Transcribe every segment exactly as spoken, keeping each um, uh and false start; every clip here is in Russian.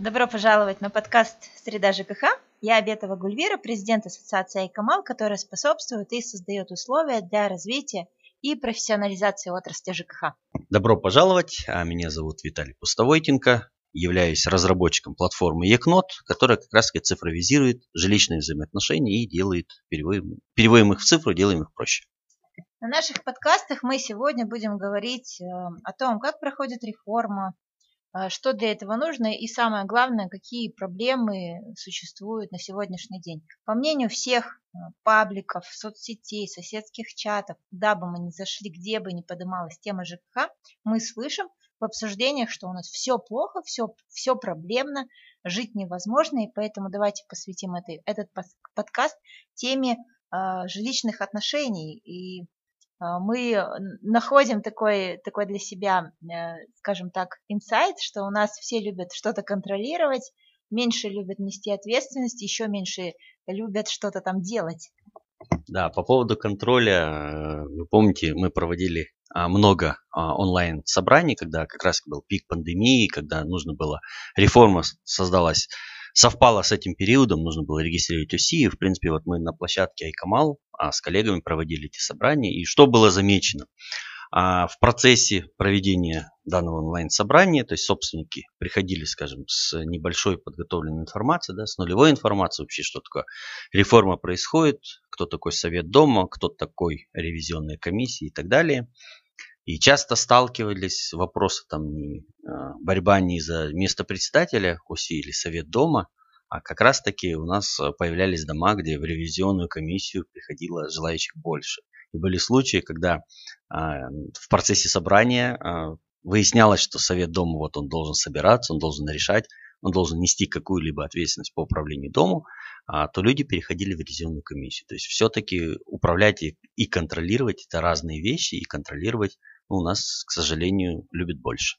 Добро пожаловать на подкаст «Среда ЖКХ». Я Абетова Гульвира, президент ассоциации Айкамал, которая способствует и создает условия для развития и профессионализации отрасли ЖКХ. Добро пожаловать, меня зовут Виталий Пустовойтенко, являюсь разработчиком платформы Екнот, которая как раз цифровизирует жилищные взаимоотношения и делает, переводим, переводим их в цифру, делаем их проще. На наших подкастах мы сегодня будем говорить о том, как проходит реформа, что для этого нужно и, самое главное, какие проблемы существуют на сегодняшний день. По мнению всех пабликов, соцсетей, соседских чатов, куда бы мы ни зашли, где бы ни поднималась тема ЖКХ, мы слышим в обсуждениях, что у нас все плохо, все, все проблемно, жить невозможно, и поэтому давайте посвятим этой, этот подкаст теме э, жилищных отношений. И мы находим такой, такой для себя, скажем так, инсайт, что у нас все любят что-то контролировать, меньше любят нести ответственность, еще меньше любят что-то там делать. Да, по поводу контроля, вы помните, мы проводили много онлайн-собраний, когда как раз был пик пандемии, когда нужно было, реформа создалась, совпало с этим периодом, нужно было регистрировать ОСИ, и в принципе вот мы на площадке Айкамал а, с коллегами проводили эти собрания, и что было замечено? А, в процессе проведения данного онлайн-собрания, то есть собственники приходили, скажем, с небольшой подготовленной информацией, да, с нулевой информацией вообще, что такое реформа происходит, кто такой совет дома, кто такой ревизионная комиссия и так далее. И часто сталкивались с вопросом там не, борьба не за место председателя ОСИ или совет дома, а как раз таки у нас появлялись дома, где в ревизионную комиссию приходило желающих больше. И были случаи, когда а, в процессе собрания а, выяснялось, что совет дома вот он должен собираться, он должен решать, он должен нести какую-либо ответственность по управлению домом, а, то люди переходили в ревизионную комиссию. То есть все-таки управлять и, и контролировать это разные вещи, и контролировать у нас, к сожалению, любят больше.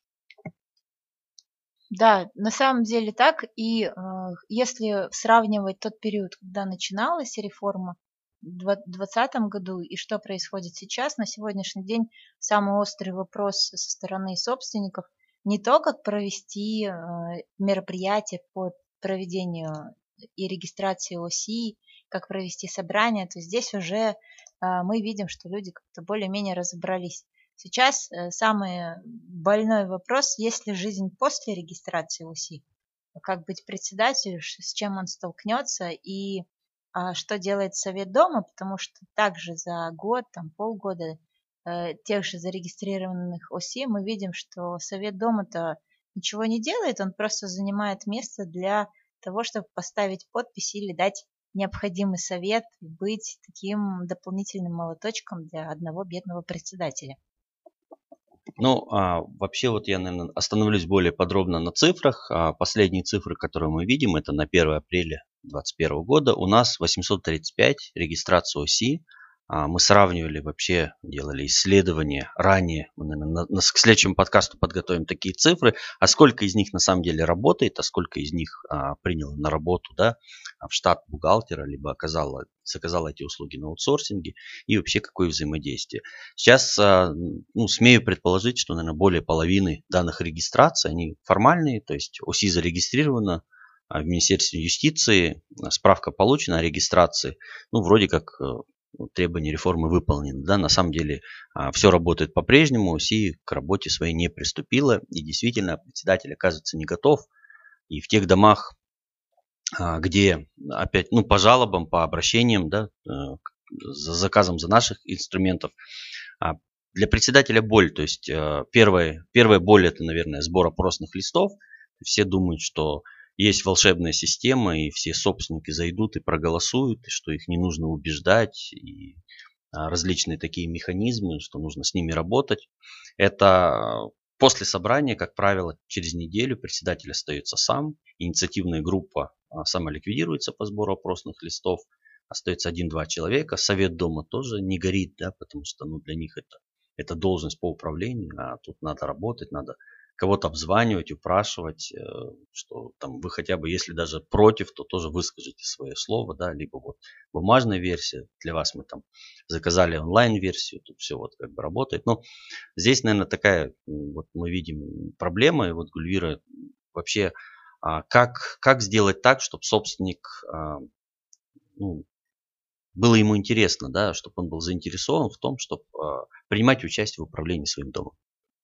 Да, на самом деле так. И э, если сравнивать тот период, когда начиналась реформа в двадцатом году и что происходит сейчас, на сегодняшний день самый острый вопрос со стороны собственников не то, как провести э, мероприятие по проведению и регистрации ОСИ, как провести собрание, то здесь уже э, мы видим, что люди как-то более-менее разобрались. Сейчас самый больной вопрос, есть ли жизнь после регистрации ОСИ, как быть председателем, с чем он столкнется и а, что делает совет дома, потому что также за год, там, полгода э, тех же зарегистрированных ОСИ мы видим, что совет дома-то ничего не делает, он просто занимает место для того, чтобы поставить подпись или дать необходимый совет, быть таким дополнительным молоточком для одного бедного председателя. Ну, а, вообще вот я, наверное, остановлюсь более подробно на цифрах. А, последние цифры, которые мы видим, это на первое апреля две тысячи двадцать первого года. У нас восемьсот тридцать пять регистраций ОСИ. А, мы сравнивали вообще, делали исследования ранее. Мы, наверное, на, на, к следующему подкасту подготовим такие цифры. А сколько из них на самом деле работает, а сколько из них а, приняло на работу, да, в штат бухгалтера, либо оказало, заказало эти услуги на аутсорсинге, и вообще какое взаимодействие. Сейчас, ну, смею предположить, что, наверное, более половины данных регистраций, они формальные, то есть ОСИ зарегистрировано в Министерстве юстиции, справка получена о регистрации, ну, вроде как требования реформы выполнены. Да, на самом деле все работает по-прежнему, ОСИ к работе своей не приступила, и действительно председатель оказывается не готов, и в тех домах, где опять, ну, по жалобам, по обращениям, да, за заказом за наших инструментов, для председателя боль, то есть первая, первая боль это, наверное, сбор опросных листов. Все думают, что есть волшебная система, и все собственники зайдут и проголосуют, и что их не нужно убеждать, и различные такие механизмы, что нужно с ними работать. Это после собрания, как правило, через неделю председатель остается сам, инициативная группа самоликвидируется по сбору опросных листов, остается один-два человека, совет дома тоже не горит, да, потому что, ну, для них это, это должность по управлению, а тут надо работать, надо кого-то обзванивать, упрашивать, что там вы хотя бы, если даже против, то тоже выскажите свое слово, да, либо вот бумажная версия, для вас мы там заказали онлайн-версию, тут все вот как бы работает. Но здесь, наверное, такая, вот мы видим проблема, и вот Гульвира вообще Как, как сделать так, чтобы собственник, ну, было ему интересно, да, чтобы он был заинтересован в том, чтобы принимать участие в управлении своим домом?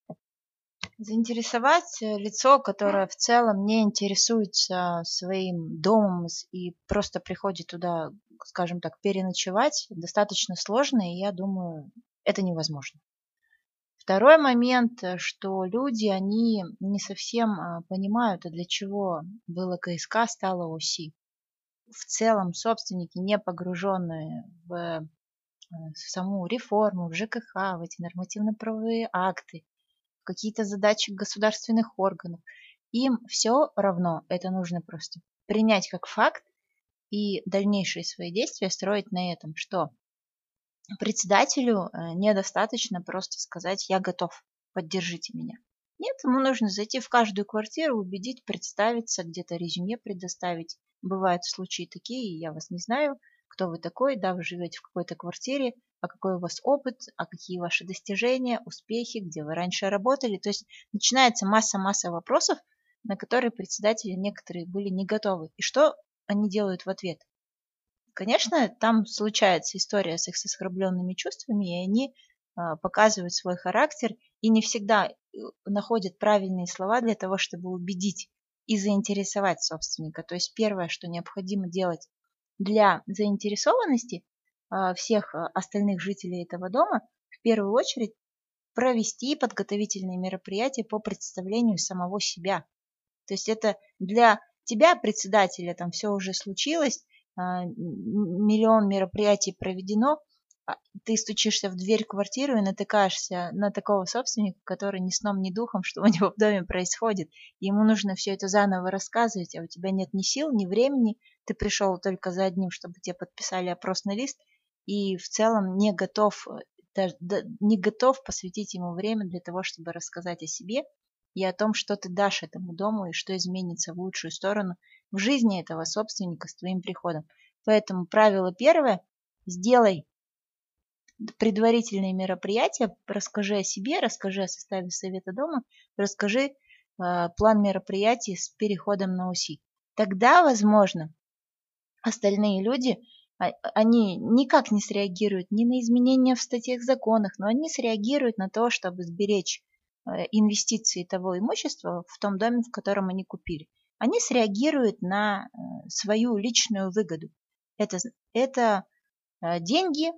Заинтересовать лицо, которое в целом не интересуется своим домом и просто приходит туда, скажем так, переночевать, достаточно сложно, и я думаю, это невозможно. Второй момент, что люди, они не совсем понимают, а для чего было КСК, стало ОСИ. В целом собственники, не погруженные в саму реформу, в ЖКХ, в эти нормативно-правовые акты, в какие-то задачи государственных органов, им все равно. Это нужно просто принять как факт и дальнейшие свои действия строить на этом, что председателю недостаточно просто сказать «я готов, поддержите меня». Нет, ему нужно зайти в каждую квартиру, убедить, представиться, где-то резюме предоставить. Бывают случаи такие, я вас не знаю, кто вы такой, да, вы живете в какой-то квартире, а какой у вас опыт, а какие ваши достижения, успехи, где вы раньше работали. То есть начинается масса-масса вопросов, на которые председатели некоторые были не готовы. И что они делают в ответ? Конечно, там случается история с их оскорбленными чувствами, и они а, показывают свой характер и не всегда находят правильные слова для того, чтобы убедить и заинтересовать собственника. То есть первое, что необходимо делать для заинтересованности а, всех остальных жителей этого дома, в первую очередь провести подготовительные мероприятия по представлению самого себя. То есть это для тебя, председателя, там все уже случилось, миллион мероприятий проведено, ты стучишься в дверь квартиры и натыкаешься на такого собственника, который ни сном, ни духом, что у него в доме происходит. Ему нужно все это заново рассказывать, а у тебя нет ни сил, ни времени. Ты пришел только за одним, чтобы тебе подписали опросный лист, и в целом не готов, даже, не готов посвятить ему время для того, чтобы рассказать о себе и о том, что ты дашь этому дому и что изменится в лучшую сторону в жизни этого собственника с твоим приходом. Поэтому правило первое – сделай предварительные мероприятия, расскажи о себе, расскажи о составе совета дома, расскажи э, план мероприятий с переходом на ОСИ. Тогда, возможно, остальные люди, они никак не среагируют ни на изменения в статьях, законах, но они среагируют на то, чтобы сберечь инвестиции того имущества в том доме, в котором они купили. Они среагируют на свою личную выгоду. Это, это деньги,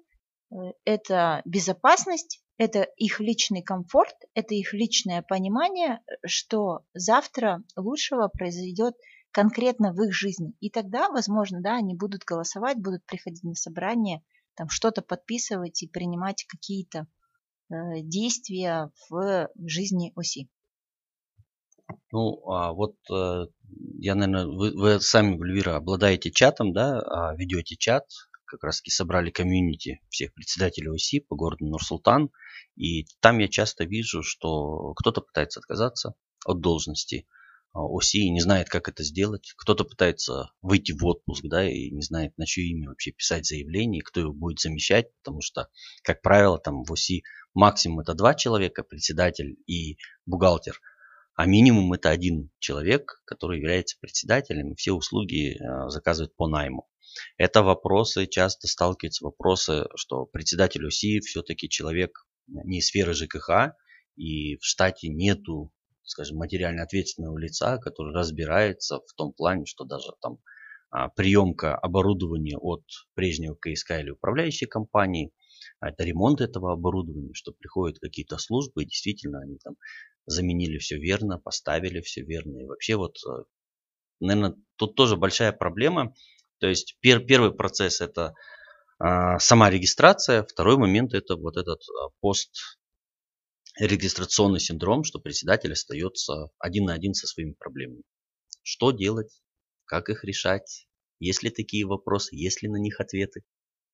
это безопасность, это их личный комфорт, это их личное понимание, что завтра лучшего произойдет конкретно в их жизни. И тогда, возможно, да, они будут голосовать, будут приходить на собрания, там что-то подписывать и принимать какие-то действия в жизни ОСИ. Ну, а вот я, наверное, вы, вы сами, Эльвира, обладаете чатом, да, ведете чат, как раз таки собрали комьюнити всех председателей ОСИ по городу Нур-Султан, и там я часто вижу, что кто-то пытается отказаться от должности ОСИ и не знает, как это сделать. Кто-то пытается выйти в отпуск, да, и не знает, на чье имя вообще писать заявление, кто его будет замещать, потому что, как правило, там в ОСИ максимум это два человека, председатель и бухгалтер, а минимум это один человек, который является председателем, и все услуги заказывает по найму. Это вопросы, часто сталкиваются вопросы, что председатель ОСИ все-таки человек не из сферы ЖКХ, и в штате нету, скажем, материально ответственного лица, который разбирается в том плане, что даже там приемка оборудования от прежнего КСК или управляющей компании, это ремонт этого оборудования, что приходят какие-то службы, и действительно они там заменили все верно, поставили все верно. И вообще вот, наверное, тут тоже большая проблема. То есть пер, первый процесс это а, сама регистрация, второй момент это вот этот а, пострегистрационный синдром, что председатель остается один на один со своими проблемами. Что делать, как их решать, есть ли такие вопросы, есть ли на них ответы?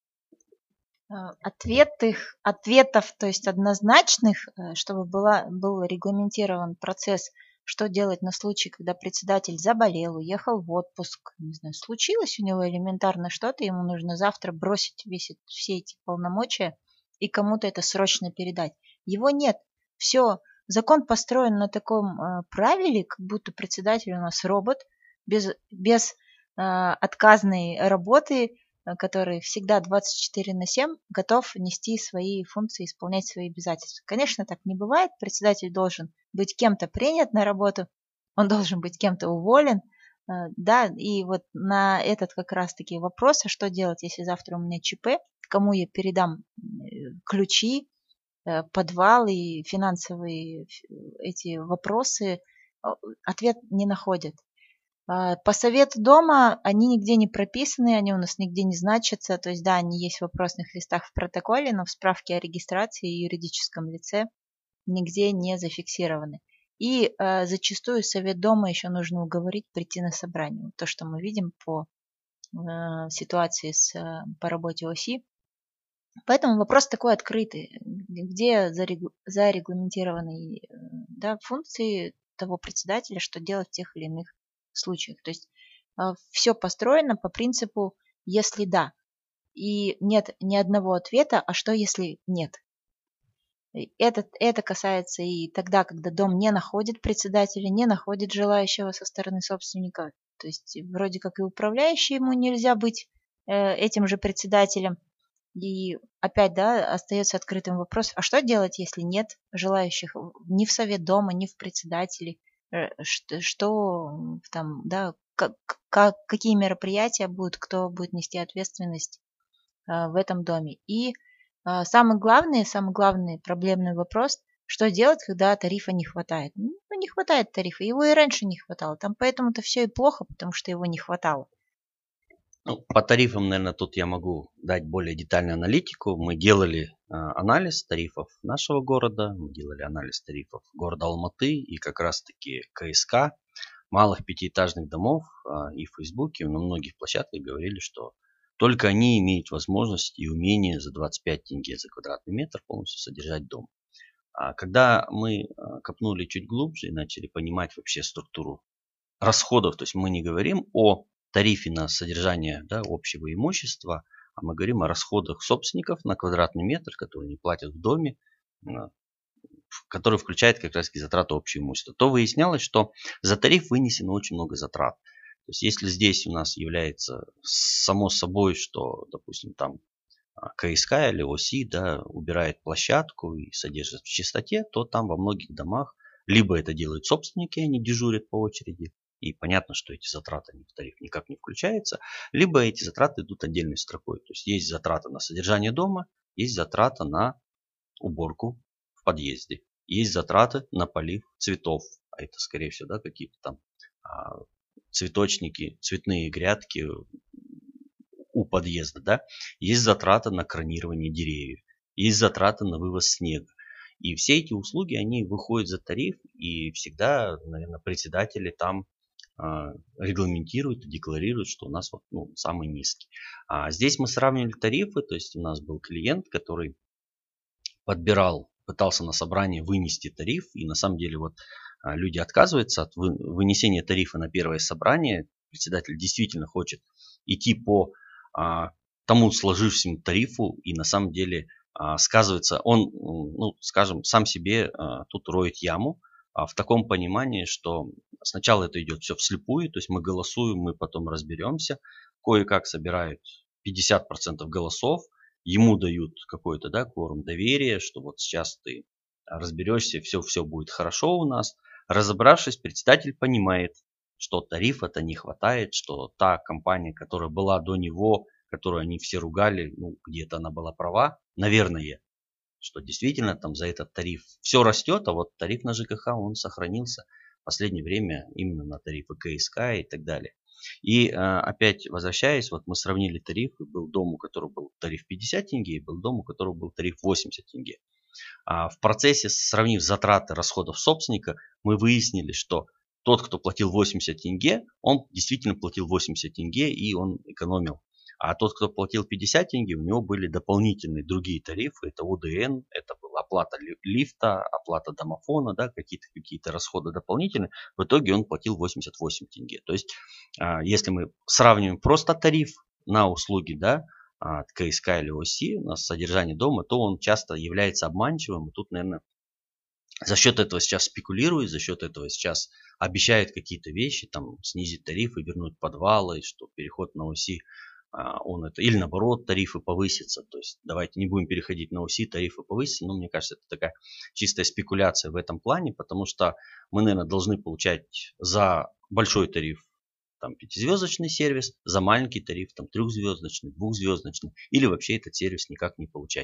Ответы, ответов, то есть однозначных, чтобы была, был регламентирован процесс, что делать на случай, когда председатель заболел, уехал в отпуск, не знаю, случилось у него элементарно что-то, ему нужно завтра бросить весь, все эти полномочия и кому-то это срочно передать. Его нет. Все, закон построен на таком правиле, как будто председатель у нас робот, без, без э, отказной работы, который всегда двадцать четыре на семь готов нести свои функции, исполнять свои обязательства. Конечно, так не бывает. Председатель должен быть кем-то принят на работу, он должен быть кем-то уволен. Да, и вот на этот как раз-таки вопрос, а что делать, если завтра у меня ЧП, кому я передам ключи, подвал и финансовые эти вопросы, ответ не находят. По совету дома они нигде не прописаны, они у нас нигде не значатся. То есть, да, они есть в вопросных листах в протоколе, но в справке о регистрации и юридическом лице нигде не зафиксированы. И э, зачастую совет дома еще нужно уговорить прийти на собрание. То, что мы видим по э, ситуации с, э, по работе ОСИ. Поэтому вопрос такой открытый. Где зарегламентированы да, функции того председателя, что делать в тех или иных случаях. То есть э, все построено по принципу «если да». И нет ни одного ответа, а что если нет. Это, это касается и тогда, когда дом не находит председателя, не находит желающего со стороны собственника. То есть вроде как и управляющий ему нельзя быть э, этим же председателем. И опять, да, остается открытым вопрос, а что делать, если нет желающих ни в совет дома, ни в председателе? Что, что там, да, как, как, какие мероприятия будут, кто будет нести ответственность э, в этом доме. И э, самый главный, самый главный проблемный вопрос, что делать, когда тарифа не хватает? Ну, не хватает тарифа, его и раньше не хватало. Там поэтому-то все и плохо, потому что его не хватало. Ну, по тарифам, наверное, тут я могу дать более детальную аналитику. Мы делали э, анализ тарифов нашего города, мы делали анализ тарифов города Алматы и как раз-таки КСК, малых пятиэтажных домов, э, и в Фейсбуке, на многих площадках говорили, что только они имеют возможность и умение за двадцать пять тенге за квадратный метр полностью содержать дом. А когда мы копнули чуть глубже и начали понимать вообще структуру расходов, то есть мы не говорим о тарифе на содержание, да, общего имущества, а мы говорим о расходах собственников на квадратный метр, которые они платят в доме, который включает как раз и затраты общего имущества, то выяснялось, что за тариф вынесено очень много затрат. То есть если здесь у нас является само собой, что, допустим, там КСК или ОСИ, да, убирает площадку и содержит в чистоте, то там во многих домах либо это делают собственники, они дежурят по очереди, и понятно, что эти затраты в тариф никак не включаются, либо эти затраты идут отдельной строкой. То есть есть затрата на содержание дома, есть затрата на уборку в подъезде, есть затраты на полив цветов, а это скорее всего, да, какие-то там а, цветочники, цветные грядки у подъезда, да, есть затраты на кронирование деревьев, есть затраты на вывоз снега. И все эти услуги, они выходят за тариф, и всегда, наверное, председатели там э, регламентируют и декларируют, что у нас вот, ну, самый низкий. А здесь мы сравнивали тарифы, то есть у нас был клиент, который подбирал, пытался на собрании вынести тариф, и на самом деле вот люди отказываются от вынесения тарифа на первое собрание. Председатель действительно хочет идти по а, тому сложившемуся тарифу, и на самом деле а, сказывается, он, ну, скажем, сам себе а, тут роет яму, а, в таком понимании, что сначала это идет все вслепую, то есть мы голосуем, мы потом разберемся, кое-как собирают пятьдесят процентов голосов, ему дают какой-то, да, кворум доверия, что вот сейчас ты разберешься, все, все будет хорошо у нас. Разобравшись, председатель понимает, что тарифа-то не хватает, что та компания, которая была до него, которую они все ругали, ну, где-то она была права, наверное, что действительно там за этот тариф все растет, а вот тариф на ЖКХ, он сохранился в последнее время именно на тарифы КСК и так далее. И опять возвращаясь, вот мы сравнили тарифы, был дом, у которого был тариф пятьдесят тенге, и был дом, у которого был тариф восемьдесят тенге. А в процессе, сравнив затраты расходов собственника, мы выяснили, что тот, кто платил восемьдесят тенге, он действительно платил восемьдесят тенге и он экономил. А тот, кто платил пятьдесят тенге, у него были дополнительные другие тарифы. Это ОДН, это была оплата лифта, оплата домофона, да, какие-то какие расходы дополнительные. В итоге он платил восемьдесят восемь тенге. То есть, если мы сравниваем просто тариф на услуги, да, от КСК или ОСИ на содержание дома, то он часто является обманчивым. И тут, наверное, за счет этого сейчас спекулирует, за счет этого сейчас обещает какие-то вещи, там снизить тарифы, вернуть подвалы, что переход на ОСИ, он это, или наоборот, тарифы повысятся. То есть давайте не будем переходить на ОСИ, тарифы повысятся. Но мне кажется, это такая чистая спекуляция в этом плане, потому что мы, наверное, должны получать за большой тариф там пятизвездочный сервис, за маленький тариф там трехзвездочный, двухзвездочный, или вообще этот сервис никак не получать.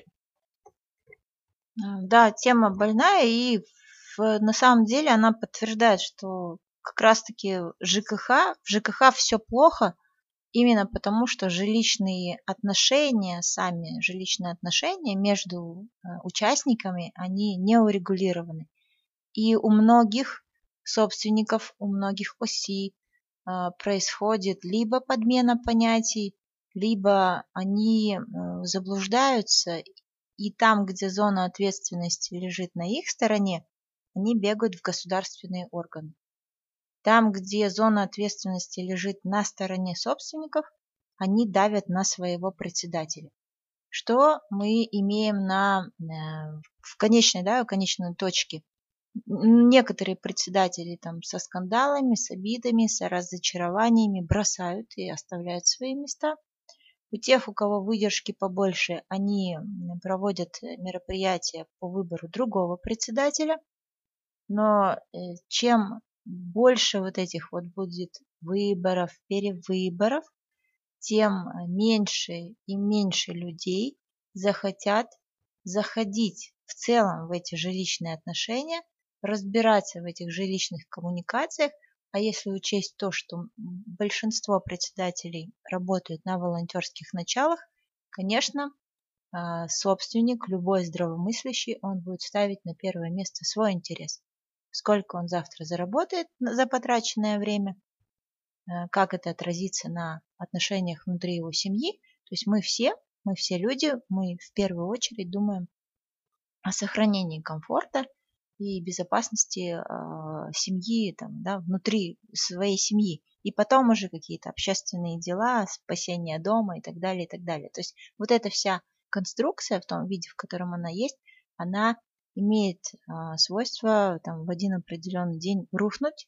Да, тема больная, и в, на самом деле она подтверждает, что как раз-таки ЖКХ, в ЖКХ все плохо, именно потому что жилищные отношения, сами жилищные отношения между участниками, они не урегулированы. И у многих собственников, у многих ОСИ происходит либо подмена понятий, либо они заблуждаются, и там, где зона ответственности лежит на их стороне, они бегают в государственные органы. Там, где зона ответственности лежит на стороне собственников, они давят на своего председателя. Что мы имеем на, в конечной, да, в конечной точке? Некоторые председатели там со скандалами, с обидами, с разочарованиями бросают и оставляют свои места. У тех, у кого выдержки побольше, они проводят мероприятия по выбору другого председателя. Но чем больше вот этих вот будет выборов, перевыборов, тем меньше и меньше людей захотят заходить в целом в эти жилищные отношения, разбираться в этих жилищных коммуникациях. А если учесть то, что большинство председателей работают на волонтерских началах, конечно, собственник, любой здравомыслящий, он будет ставить на первое место свой интерес. Сколько он завтра заработает за потраченное время, как это отразится на отношениях внутри его семьи. То есть мы все, мы все люди, мы в первую очередь думаем о сохранении комфорта и безопасности э, семьи, там, да, внутри своей семьи. И потом уже какие-то общественные дела, спасение дома и так далее, и так далее. То есть вот эта вся конструкция в том виде, в котором она есть, она имеет э, свойство там, в один определенный день рухнуть.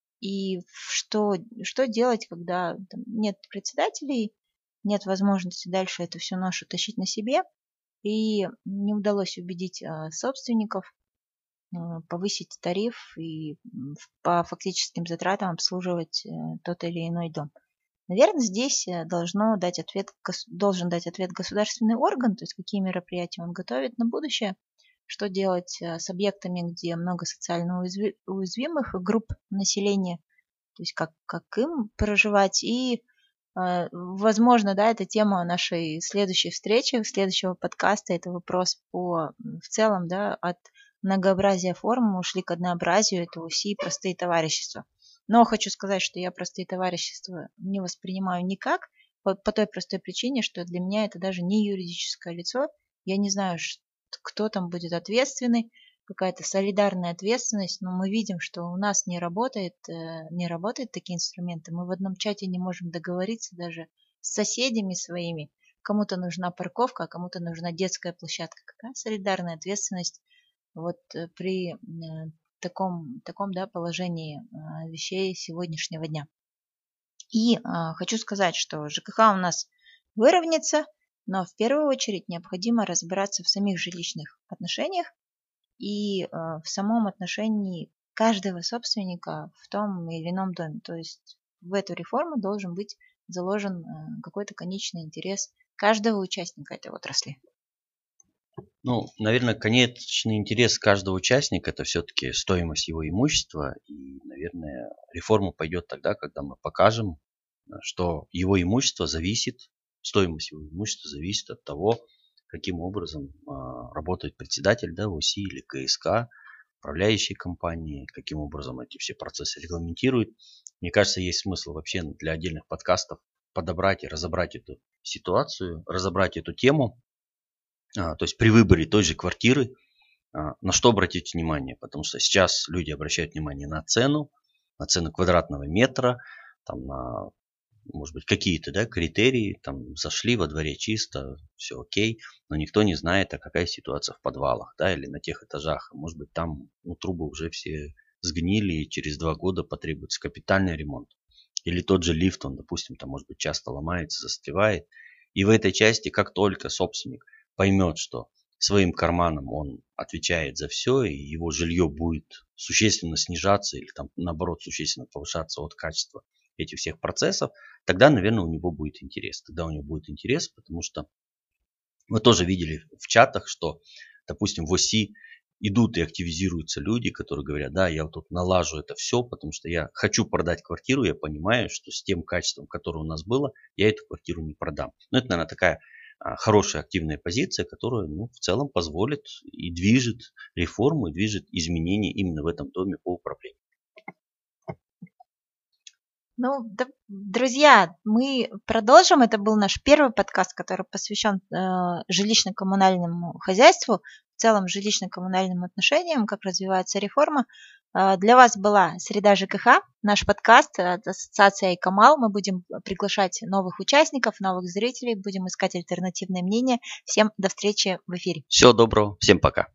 И что, что делать, когда там, нет председателей, нет возможности дальше эту всю ношу тащить на себе, и не удалось убедить э, собственников повысить тариф и по фактическим затратам обслуживать тот или иной дом. Наверное, здесь должно дать ответ, должен дать ответ государственный орган, то есть какие мероприятия он готовит на будущее, что делать с объектами, где много социально уязвимых групп населения, то есть как, как им проживать. И, возможно, да, это тема нашей следующей встречи, следующего подкаста, это вопрос по в целом, да, от многообразия форм мы ушли к однообразию, это УСИ и простые товарищества. Но хочу сказать, что я простые товарищества не воспринимаю никак, по, по той простой причине, что для меня это даже не юридическое лицо. Я не знаю, кто там будет ответственный, какая-то солидарная ответственность, но мы видим, что у нас не работает, не работают такие инструменты. Мы в одном чате не можем договориться даже с соседями своими. Кому-то нужна парковка, а кому-то нужна детская площадка. Какая солидарная ответственность вот при таком, таком да, положении вещей сегодняшнего дня. И а, хочу сказать, что ЖКХ у нас выровняется, но в первую очередь необходимо разбираться в самих жилищных отношениях и а, в самом отношении каждого собственника в том или ином доме. То есть в эту реформу должен быть заложен а, какой-то конечный интерес каждого участника этой отрасли. Ну, наверное, конечный интерес каждого участника – это все-таки стоимость его имущества. И, наверное, реформа пойдет тогда, когда мы покажем, что его имущество зависит, стоимость его имущества зависит от того, каким образом а, работает председатель, да, ОСИ или КСК, управляющей компании, каким образом эти все процессы регламентируют. Мне кажется, есть смысл вообще для отдельных подкастов подобрать и разобрать эту ситуацию, разобрать эту тему. А, то есть при выборе той же квартиры, а, на что обратить внимание, потому что сейчас люди обращают внимание на цену, на цену квадратного метра, там, на может быть, какие-то, да, критерии, там, зашли, во дворе чисто, все окей, но никто не знает, а какая ситуация в подвалах, да, или на тех этажах. Может быть, там, ну, трубы уже все сгнили, и через два года потребуется капитальный ремонт. Или тот же лифт, он, допустим, там, может быть, часто ломается, застревает. И в этой части, как только собственник поймет, что своим карманом он отвечает за все, и его жилье будет существенно снижаться или там наоборот существенно повышаться от качества этих всех процессов, тогда, наверное, у него будет интерес. Тогда у него будет интерес, потому что мы тоже видели в чатах, что, допустим, в ОСИ идут и активизируются люди, которые говорят, да, я вот тут налажу это все, потому что я хочу продать квартиру, я понимаю, что с тем качеством, которое у нас было, я эту квартиру не продам. Но это, наверное, такая а, хорошая активная позиция, которая, ну, в целом позволит и движет реформу, и движет изменения именно в этом доме по управлению. Ну, да, друзья, мы продолжим. Это был наш первый подкаст, который посвящен э, жилищно-коммунальному хозяйству, в целом жилищно-коммунальным отношениям, как развивается реформа. Э, для вас была «Среда ЖКХ», наш подкаст от Ассоциации Айкамал. Мы будем приглашать новых участников, новых зрителей, будем искать альтернативные мнения. Всем до встречи в эфире. Всего доброго, всем пока.